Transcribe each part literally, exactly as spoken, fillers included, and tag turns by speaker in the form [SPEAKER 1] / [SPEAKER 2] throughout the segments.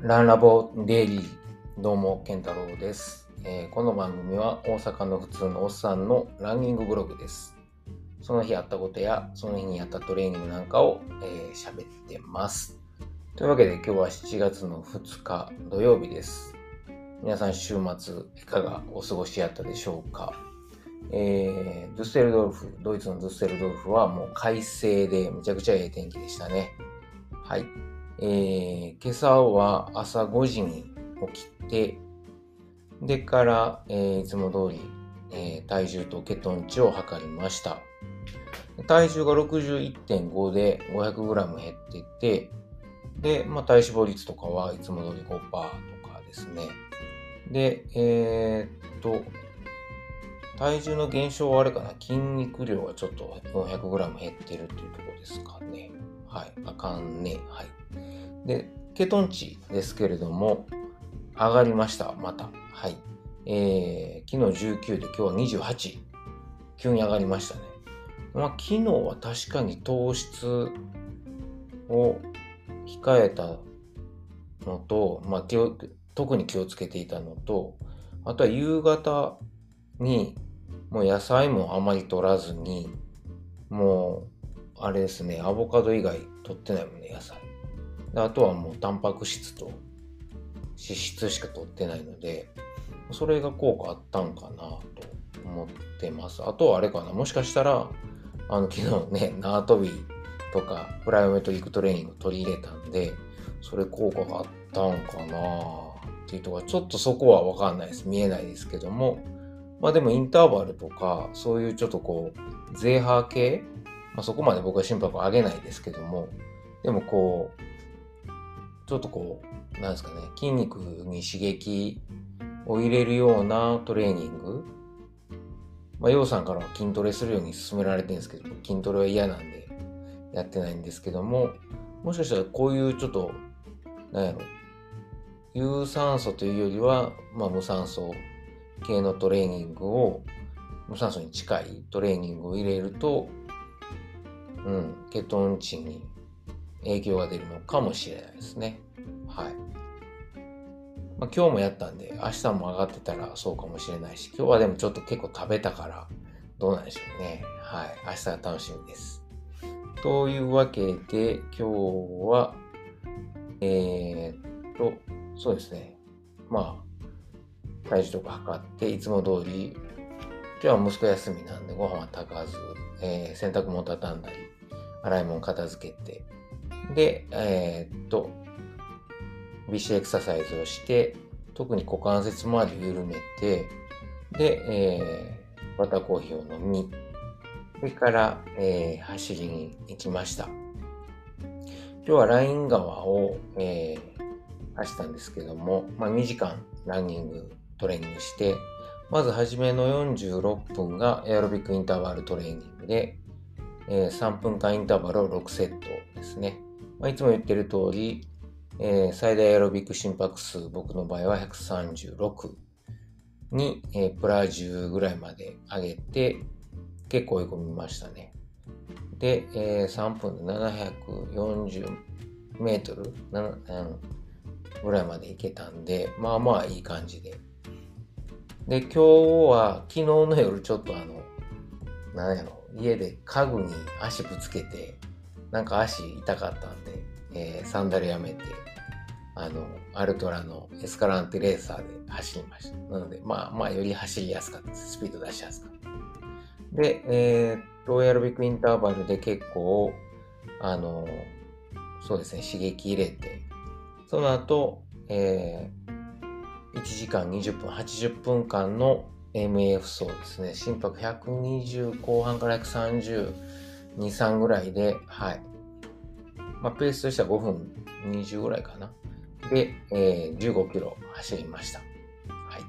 [SPEAKER 1] ランラボデイリー、どうも健太郎です、えー、この番組は大阪の普通のおっさんのランニングブログです。その日あったことやその日にやったトレーニングなんかを喋、えー、ってます。というわけで今日はしちがつのふつか土曜日です。皆さん週末いかがお過ごしやったでしょうか。えー、ドゥッセルドルフ、ドイツのドゥッセルドルフはもう快晴でめちゃくちゃええ天気でしたね。はい。えー、今朝は朝ごじに起きて、でから、えー、いつも通り、えー、体重とケトン値を測りました。体重が ろくじゅういってんご で ごひゃくグラム 減ってて、で、まあ、体脂肪率とかはいつも通り ごパーセント とかですね。で、えー、っと、体重の減少はあれかな、筋肉量がちょっと よんひゃくグラム 減ってるっていうところですかね。はい、あかんね。はい。で、ケトン値ですけれども、上がりました、また。はい。えー、昨日じゅうきゅうで今日はにじゅうはち。急に上がりましたね。まあ、昨日は確かに糖質を控えたのと、まあ、気を特に気をつけていたのと、あとは夕方にもう野菜もあまり取らずに、もう、あれですね、アボカド以外取ってないもんね、野菜。であとはもうタンパク質と脂質しか取ってないので、それが効果あったんかなと思ってます。あとはあれかな、もしかしたら、あの、昨日ね、縄跳びとかプライオメトリックトレーニング取り入れたんで、それ効果があったんかなっていうところは、ちょっとそこはわかんないです。見えないですけども、まあでもインターバルとか、そういうちょっとこう、ゼーハー系、まあそこまで僕は心拍を上げないですけども、でもこう、ちょっとこう、なんですかね、筋肉に刺激を入れるようなトレーニング、まあ、ヨウさんからは筋トレするように勧められてるんですけど、筋トレは嫌なんでやってないんですけども、もしかしたらこういうちょっと、なんやろ、有酸素というよりは、まあ、無酸素系のトレーニングを、無酸素に近いトレーニングを入れると、うん、ケトン値に影響が出るのかもしれないですね。はい。まあ、今日もやったんで、明日も上がってたらそうかもしれないし、今日はでもちょっと結構食べたから、どうなんでしょうね。はい。明日が楽しみです。というわけで、今日は、えー、っと、そうですね。まあ、体重とか測って、いつも通り、今日は息子休みなんでご飯は炊かず、えー、洗濯物畳んだり、洗い物片付けて、で、えー、っと、ビシエクササイズをして、特に股関節周りを緩めて、で、えー、バターコーヒーを飲み、それから、えー、走りに行きました。今日はライン川を、えー、走ったんですけども、まあ、にじかんランニング、トレーニングして、まず初めのよんじゅうろっぷんがエアロビックインターバルトレーニングで、えー、さんぷんかんインターバルをろくセットですね。まあ、いつも言ってる通り、えー、最大エアロビック心拍数、僕の場合はひゃくさんじゅうろくに、えー、プラじゅうぐらいまで上げて、結構追い込みましたね。で、えー、さんぷんでななひゃくよんじゅうメートルぐらいまで行けたんで、まあまあいい感じで。で、今日は昨日の夜ちょっとあの、なんやろ、家で家具に足ぶつけて、なんか足痛かったんで、えー、サンダルやめて、あの、アルトラのエスカランテレーサーで走りました。なので、まあまあより走りやすかったです。スピード出しやすかった。で、えー、っと、エアロビックインターバルで結構、あの、そうですね、刺激入れて、その後、えー、いちじかんにじゅっぷん、はちじゅっぷんかんの エムエフ 走ですね。心拍ひゃくにじゅう後半からひゃくさんじゅうに、さんぐらいで、はい。まあ、ペースとしてはごふんにじゅうぐらいかな。で、えー、じゅうごキロ走りました。はい。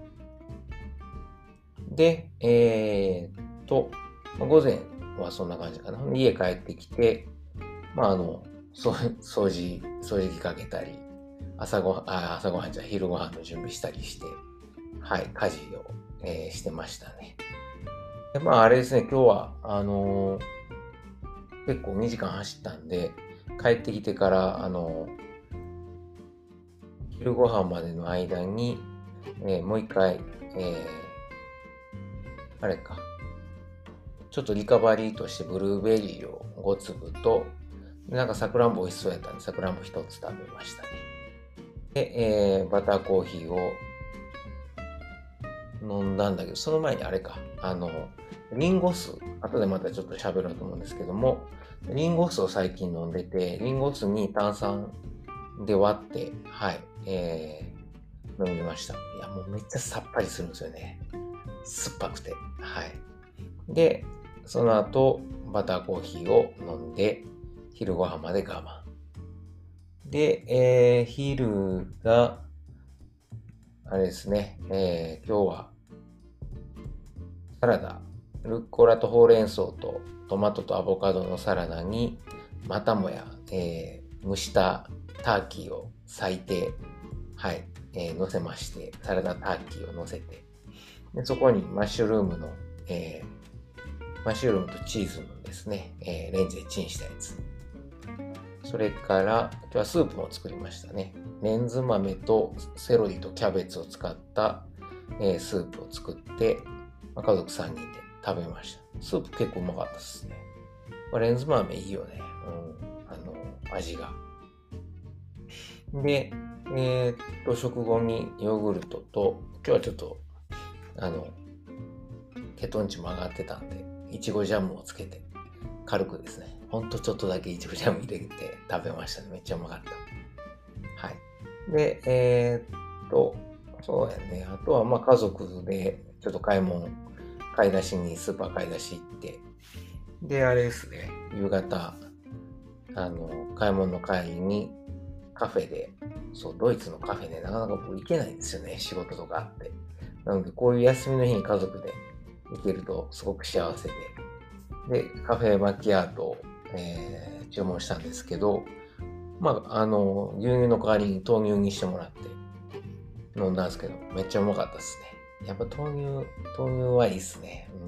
[SPEAKER 1] で、えー、っと、まあ、午前はそんな感じかな。家帰ってきて、まあ、あの、掃除、掃除機かけたり、朝ごはん、あ、朝ごはんじゃ昼ごはんの準備したりして、はい、家事を、えー、してましたね。で、まあ、あれですね、今日は、あのー、結構にじかん走ったんで、帰ってきてから、あのー、 昼ご飯までの間に、えーもう一回、えーあれか、ちょっとリカバリーとしてブルーベリーをご粒と、なんかさくらんぼ美味しそうやったんで、さくらんぼひとつ食べましたね。で、えーバターコーヒーを飲んだんだけど、その前にあれか、あの、リンゴ酢、後でまたちょっと喋ろうと思うんですけども、リンゴ酢を最近飲んでて、リンゴ酢に炭酸で割って、はい、えー、飲みました。いや、もうめっちゃさっぱりするんですよね。酸っぱくて。はい。で、その後、バターコーヒーを飲んで、昼ご飯まで我慢。で、えー、昼が、あれですね、えー、今日は、サラダ、ルッコラとほうれん草とトマトとアボカドのサラダに、またもや、えー、蒸したターキーを裂いて、はい、えー、乗せまして、サラダターキーを乗せて、でそこにマッシュルームの、えー、マッシュルームとチーズのですね、えー、レンジでチンしたやつ。それから、今日はスープも作りましたね。レンズ豆とセロリとキャベツを使った、えー、スープを作って、まあ、家族さんにんで食べました。スープ結構うまかったですね。まあ、レンズ豆いいよね。うん、あの、味が。で、えーっと、食後にヨーグルトと、今日はちょっと、あの、血糖値も上がってたんで、いちごジャムをつけて、軽くですね、ほんとちょっとだけいちごジャム入れて食べましたね。めっちゃうまかった。はい。で、えーっと、そうやね。あとは、まあ、家族で、ちょっと買い物、買い出しに、スーパー買い出し行って、で、あれですね、夕方、あの、買い物の帰りに、カフェで、そう、ドイツのカフェね、なかなか僕行けないんですよね、仕事とかあって。なので、こういう休みの日に家族で行けるとすごく幸せで。で、カフェマキアートを、えー注文したんですけど、まあ、あの、牛乳の代わりに豆乳にしてもらって飲んだんですけど、めっちゃうまかったですね。やっぱ豆乳、豆乳はいいっすね。うん。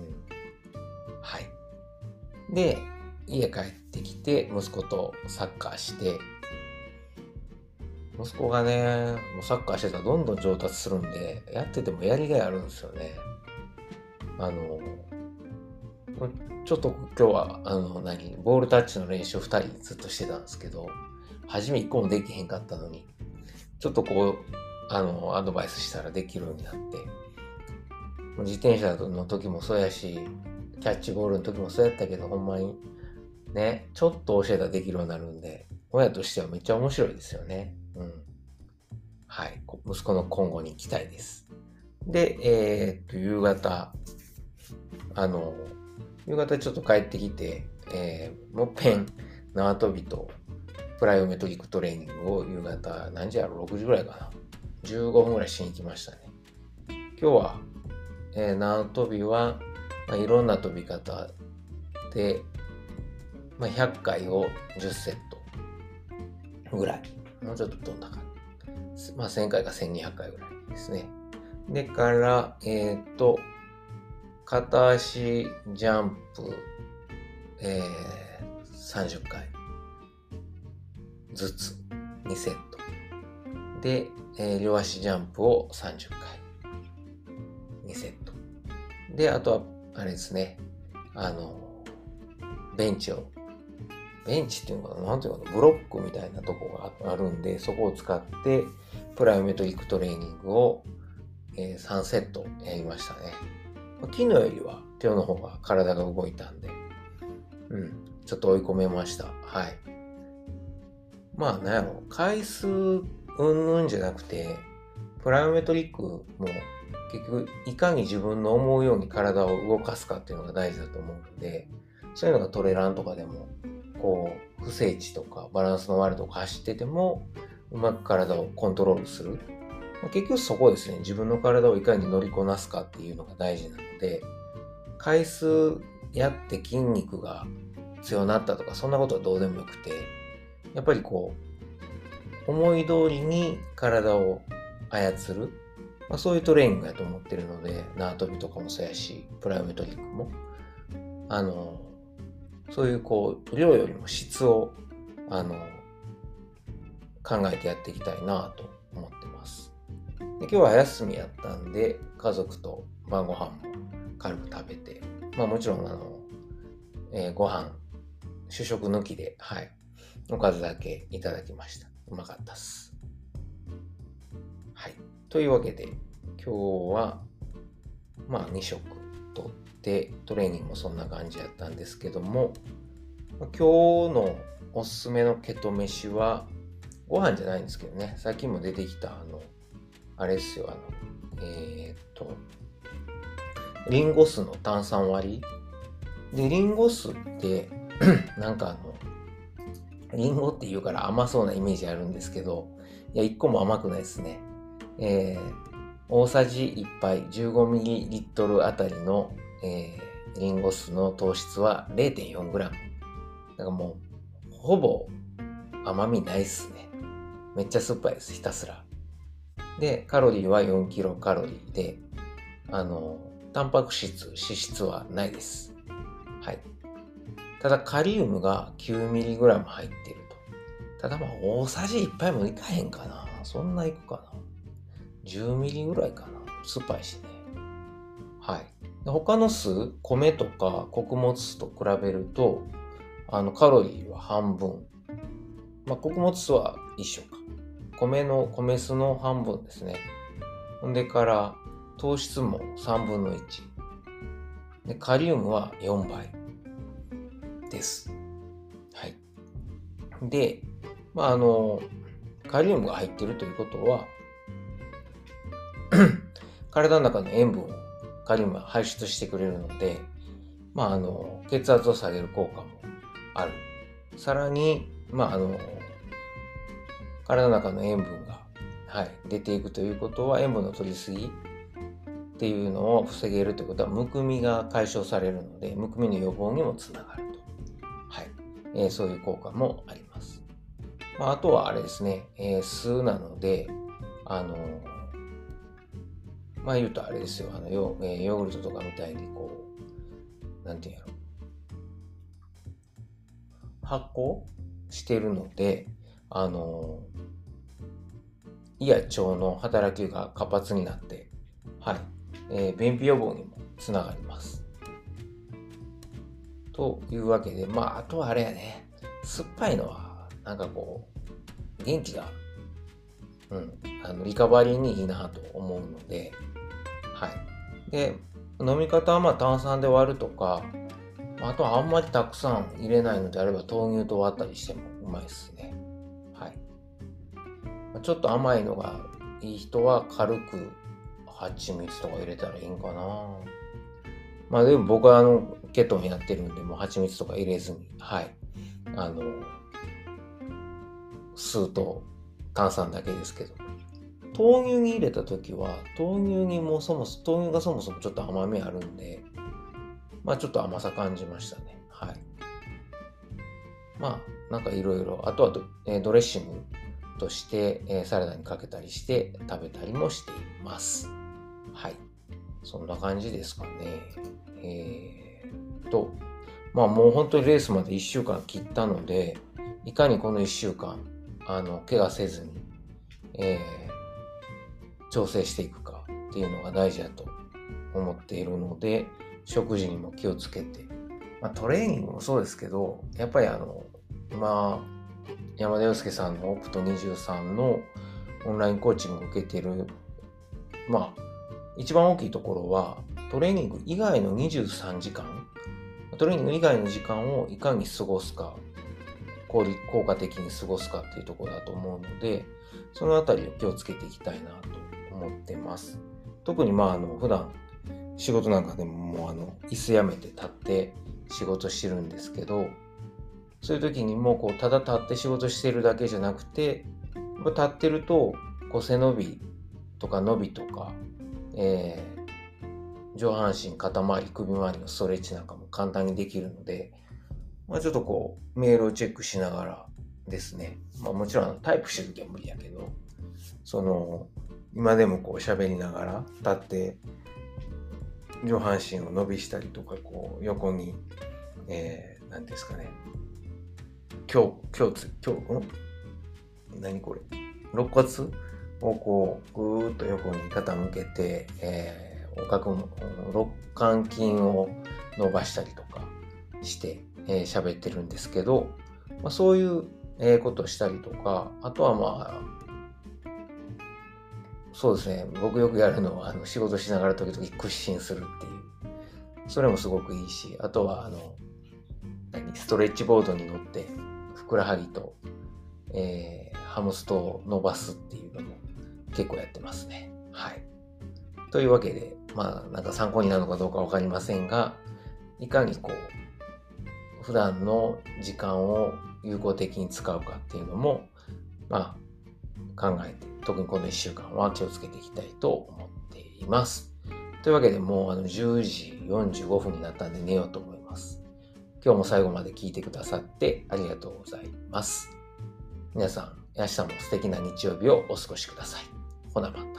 [SPEAKER 1] はい。で、家帰ってきて、息子とサッカーして、息子がね、もうサッカーしてたらどんどん上達するんで、やっててもやりがいあるんですよね。あの、ちょっと今日は、あの、何、ボールタッチの練習ふたりずっとしてたんですけど、初めいっこもできへんかったのに、ちょっとこう、あの、アドバイスしたらできるようになって、自転車の時もそうやし、キャッチボールの時もそうやったけど、ほんまに、ね、ちょっと教えたらできるようになるんで、親としてはめっちゃ面白いですよね。うん。はい。息子の今後に期待です。で、えーっと、夕方、あの、夕方ちょっと帰ってきて、えー、もっぺん縄跳びとプライオメトリックトレーニングを夕方何時やろろくじぐらいかな。じゅうごふんぐらいしに行きましたね。今日は、えー、縄跳びは、まあ、いろんな跳び方で、まあ、ひゃっかいをじゅっセットぐらい。もうちょっと飛んだかな。まあ、せんかいかせんにひゃっかいぐらいですね。でから、えー、っと、片足ジャンプ、えー、さんじゅっかいずつにセット。で、えー、両足ジャンプをさんじゅっかいにセット。で、あとは、あれですね、あの、ベンチを、ベンチっていうのかな、なんていうのかな、ブロックみたいなとこがあるんで、そこを使って、プライオメトリックトレーニングを、えー、さんセットやりましたね。昨日よりは今日の方が体が動いたんで、うん、ちょっと追い込めました。はい。まあ、なんやろ、回数うんぬんじゃなくて、プライオメトリックも結局、いかに自分の思うように体を動かすかっていうのが大事だと思うので、そういうのがトレランとかでも、こう、不正値とかバランスの悪いとこ走ってても、うまく体をコントロールする。結局そこですね、自分の体をいかに乗りこなすかっていうのが大事なので、回数やって筋肉が強くなったとか、そんなことはどうでもよくて、やっぱりこう、思い通りに体を操る、まあ、そういうトレーニングやと思ってるので、縄跳びとかもそうやし、プライオメトリックも、あの、そういうこう、量よりも質を、あの、考えてやっていきたいなと思ってで今日は休みやったんで、家族と晩ご飯も軽く食べて、まあもちろんあの、えー、ご飯、主食抜きで、はい、おかずだけいただきました。うまかったっす。はい。というわけで、今日は、まあに食とって、トレーニングもそんな感じやったんですけども、今日のおすすめのケト飯は、ご飯じゃないんですけどね、さっきも出てきた、あの、あれですよ、あの、えー、っと、リンゴ酢の炭酸割り。で、リンゴ酢って、なんかあの、リンゴって言うから甘そうなイメージあるんですけど、いや、一個も甘くないですね。えー、大さじいっぱい じゅうごミリリットル あたりの、えー、リンゴ酢の糖質は れいてんよんグラム。だからもう、ほぼ甘みないっすね。めっちゃ酸っぱいです、ひたすら。で、カロリーはよんキロカロリーで、あの、タンパク質、脂質はないです。はい。ただ、カリウムが きゅうミリグラム 入ってると。ただ、まあ、大さじいっぱいもいかへんかな。そんないくかな。じゅうミリぐらいかな。酸っぱいしね。はい。で他の酢、米とか穀物酢と比べると、あの、カロリーは半分。まあ、穀物酢は一緒か。米の、米酢の半分ですね。ほんでから、糖質もさんぶんのいち。で、カリウムはよんばいです。はい。で、まあ、あの、カリウムが入ってるということは、体の中の塩分をカリウムは排出してくれるので、まあ、あの、血圧を下げる効果もある。さらに、まあ、あの、体の中の塩分が、はい、出ていくということは、塩分の取りすぎっていうのを防げるということは、むくみが解消されるので、むくみの予防にもつながると。はい。えー、そういう効果もあります。まあ、あとはあれですね、えー、酢なので、あのまあ言うとあれですよ、あのヨ,、えー、ヨーグルトとかみたいにこう、なんていうんやろ、発酵してるので、あの胃や腸の働きが活発になって、はい、えー、便秘予防にもつながります。というわけで、まああとはあれやね、酸っぱいのはなんかこう元気が、うん、あのリカバリーにいいなと思うので、はい。で、飲み方はまあ炭酸で割るとか、あとはあんまりたくさん入れないのであれば豆乳と割ったりしてもうまいですね。はい。ちょっと甘いのがいい人は軽く蜂蜜とか入れたらいいんかな。まあでも僕はあのケトンやってるんでもう蜂蜜とか入れずに、はい。あの、酢と炭酸だけですけど。豆乳に入れた時は、豆乳にもそもそも、豆乳がそもそもちょっと甘みあるんで、まあちょっと甘さ感じましたね。はい。まあなんかいろいろ、あとは ド,、えー、ドレッシングとして、えー、サラダにかけたりして食べたりもしています。はい。そんな感じですかね。えー、と、まあもう本当にレースまでいっしゅうかん切ったので、いかにこのいっしゅうかん、あの、怪我せずに、えー、調整していくかっていうのが大事だと思っているので、食事にも気をつけて、まあ、トレーニングもそうですけど、やっぱりあの、今、山田洋介さんのオプトにじゅうさんのオンラインコーチングを受けてる、まあ、一番大きいところは、トレーニング以外のにじゅうさんじかん、トレーニング以外の時間をいかに過ごすか、効果的に過ごすかっていうところだと思うので、そのあたりを気をつけていきたいなと思ってます。特にまあ、あの、普段、仕事なんかでももうあの、椅子やめて立って仕事してるんですけど、そういう時にもうこう、ただ立って仕事してるだけじゃなくて、立ってると、こう背伸びとか伸びとか、えー、上半身、肩周り、首周りのストレッチなんかも簡単にできるので、まあ、ちょっとこう、メールをチェックしながらですね、まあもちろんタイプしてる時は無理やけど、その、今でもこう喋りながら立って、上半身を伸びしたりとか、こう、横に、えー、なんですかね、胸、胸椎、胸、ん何これ肋骨をこうぐーっと横に傾けて、えー、おかく肋間筋を伸ばしたりとかしてえー、喋ってるんですけど、まあ、そういう、えー、ことをしたりとか、あとはまあそうですね、僕よくやるのはあの仕事しながら時々屈伸するっていう、それもすごくいいし、あとはあの何ストレッチボードに乗ってふくらはぎと、えー、ハムストを伸ばすっていうのも結構やってますね。はい。というわけで、まあなんか参考になるのかどうかわかりませんが、いかにこう普段の時間を有効的に使うかっていうのも、まあ、考えて、特にこのいっしゅうかんは気をつけていきたいと思っています。というわけでもうあのじゅうじよんじゅうごふんになったんで寝ようと思います。今日も最後まで聞いてくださってありがとうございます。皆さん、明日も素敵な日曜日をお過ごしください。ほなまた。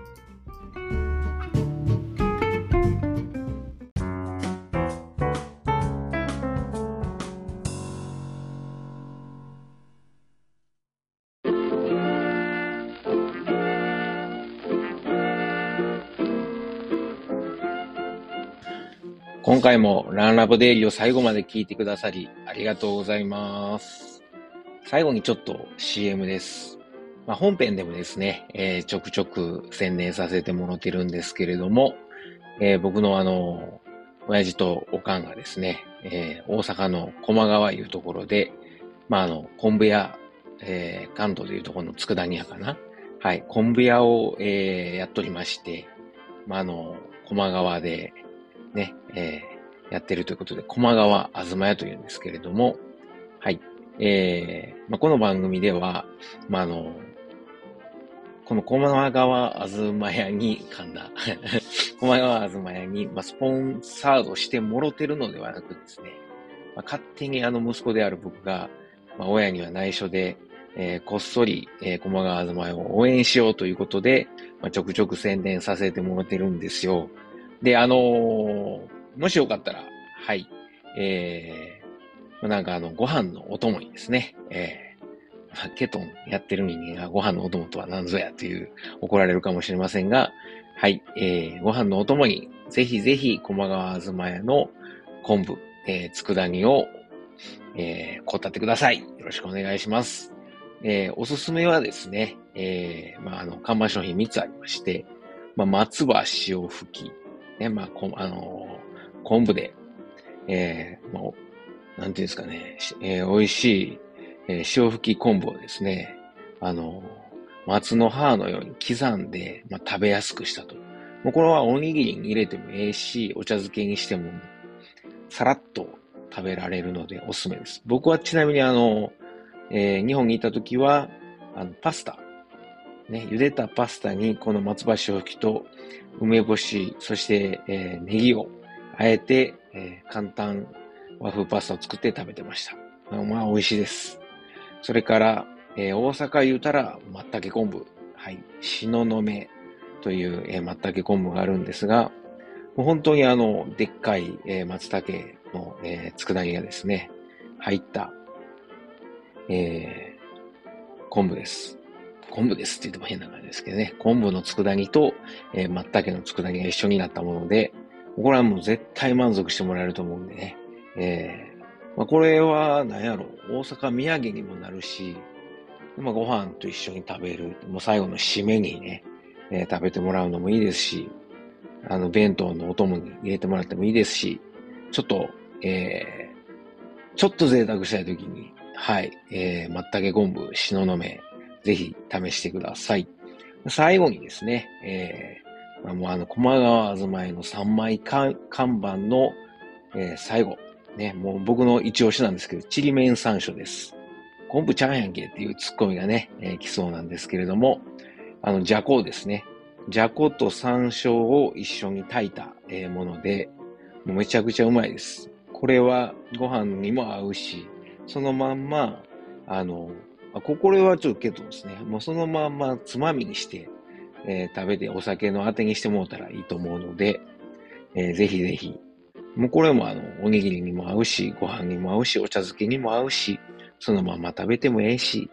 [SPEAKER 1] 今回もランラボデイリーを最後まで聞いてくださりありがとうございます。最後にちょっと シーエム です。まあ、本編でもですね、えー、ちょくちょく宣伝させてもらってるんですけれども、えー、僕のあの、親父とおかんがですね、えー、大阪の駒川いうところで、まあ、あの、昆布屋、えー、関東でいうところの佃煮屋かな。はい、昆布屋を、えー、やっておりまして、まあ、あの、駒川で、ね、えー、やってるということで、駒川あずま屋というんですけれども、はい。えー、まあ、この番組では、まあ、あの、この駒川あずま屋に、噛んだ。駒川あずま屋に、まあ、スポンサードしてもろてるのではなくですね、まあ、勝手にあの息子である僕が、まあ、親には内緒で、えー、こっそり、えー、駒川あずま屋を応援しようということで、まあ、ちょくちょく宣伝させてもらってるんですよ。で、あのー、もしよかったら、はい、えー、なんかあの、ご飯のお供にですね、えー、ケトンやってる人間がご飯のお供とは何ぞやという怒られるかもしれませんが、はい、えー、ご飯のお供にぜひぜひ駒川あずま屋の昆布、えー、佃煮を、えー、こったってください。よろしくお願いします。えー、おすすめはですね、えー、まあ、あの、看板商品みっつありまして、まあ、松葉塩吹き、ね、まあ、こあのー、昆布で、えー、まあ、なんていうんですかね、えー、美味しい、えー、塩吹き昆布をですね、あのー、松の葉のように刻んで、まあ、食べやすくしたと。もうこれはおにぎりに入れてもええし、お茶漬けにしても、さらっと食べられるのでおすすめです。僕はちなみにあの、えー、日本にいた時は、あの、パスタ、ね、茹でたパスタにこの松葉塩吹きと梅干し、そして、えー、ネギをあえて、えー、簡単和風パスタを作って食べてました。まあ、美味しいです。それから、えー、大阪言うたら、松茸昆布。はい。東雲という、えー、松茸昆布があるんですが、もう本当にあの、でっかい、えー、松茸の、えー、佃煮がですね、入った、えー、昆布です。昆布ですって言っても変な感じですけどね。昆布の佃煮と、えー、松茸の佃煮が一緒になったもので、これはもう絶対満足してもらえると思うんでね。えー、まあ、これは何やろ、大阪土産にもなるし、まあ、ご飯と一緒に食べる、もう最後の締めにね、えー、食べてもらうのもいいですし、あの、弁当のお供に入れてもらってもいいですし、ちょっと、えー、ちょっと贅沢したいときに、はい、えー、松茸昆布、東雲、ぜひ試してください。最後にですね、えー、まあ、もうあの、駒川あずまいのさんまい看板の、えー、最後、ね、もう僕の一押しなんですけど、ちりめん山椒です。昆布ちゃんやんけっていうツッコミがね、えー、来そうなんですけれども、あの、じゃこですね。じゃこと山椒を一緒に炊いた、えー、もので、もうめちゃくちゃうまいです。これはご飯にも合うし、そのまんま、あの、あここれはちょっとケトですね。もうそのまんまつまみにして、えー、食べてお酒のあてにしてもらったらいいと思うので、えー、ぜひぜひ。もうこれもあの、おにぎりにも合うし、ご飯にも合うし、お茶漬けにも合うし、そのまま食べてもええし、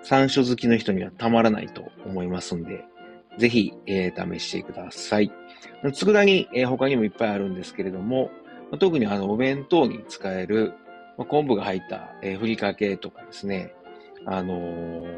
[SPEAKER 1] 山椒好きの人にはたまらないと思いますんで、ぜひ、えー試してください。佃煮、えー他にもいっぱいあるんですけれども、まあ特にあの、お弁当に使える、まあ昆布が入った、えーふりかけとかですね、あのー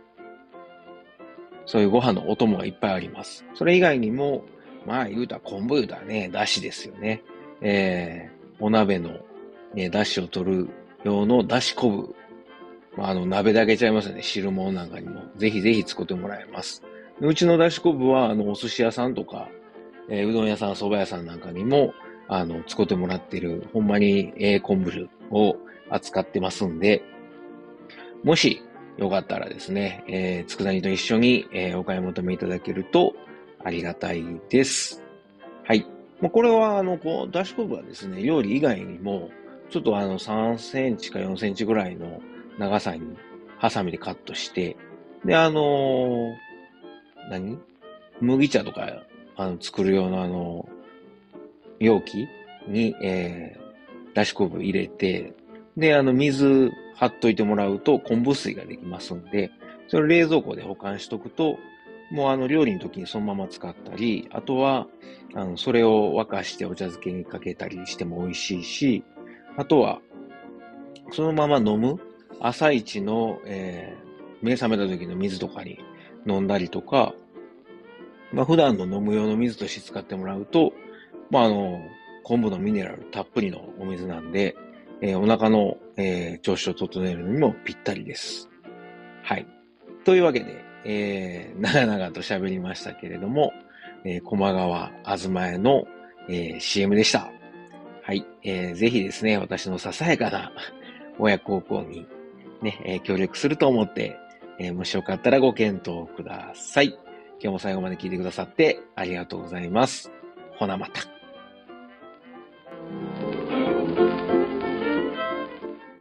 [SPEAKER 1] そういうご飯のお供がいっぱいあります。それ以外にも、まあ言うたら昆布言うたらね、だしですよね。えー、お鍋の、ね、だしを取る用のだし昆布。まあ、あの、鍋だけちゃいますよね。汁物なんかにも。ぜひぜひ使ってもらえます。うちのだし昆布は、あの、お寿司屋さんとか、えーうどん屋さん、蕎麦屋さんなんかにも、あの、使ってもらってる、ほんまに、えー昆布を扱ってますんで、もし、よかったらですね、えー、佃煮と一緒に、えーお買い求めいただけるとありがたいです。はい。もうこれは、あの、こう、だし昆布はですね、料理以外にも、ちょっとあの、さんセンチかよんセンチぐらいの長さに、ハサミでカットして、で、あのー何麦茶とか、あの、作る用のあの、容器に、えー、だし昆布入れて、で、あの、水張っといてもらうと昆布水ができますんで、それを冷蔵庫で保管しとくと、もうあの、料理の時にそのまま使ったり、あとは、あの、それを沸かしてお茶漬けにかけたりしても美味しいし、あとは、そのまま飲む朝一の、えー目覚めた時の水とかに飲んだりとか、まあ、普段の飲む用の水として使ってもらうと、まあ、あの、昆布のミネラルたっぷりのお水なんで、えーお腹の、えー調子を整えるのにもぴったりです。はい。というわけで、えー長々と喋りましたけれども、えー、駒川あずまえの、えー シーエム でした。はい。えーぜひですね、私のささやかな親孝行にね、えー協力すると思って、えーもしよかったらご検討ください。今日も最後まで聞いてくださってありがとうございます。ほなまた。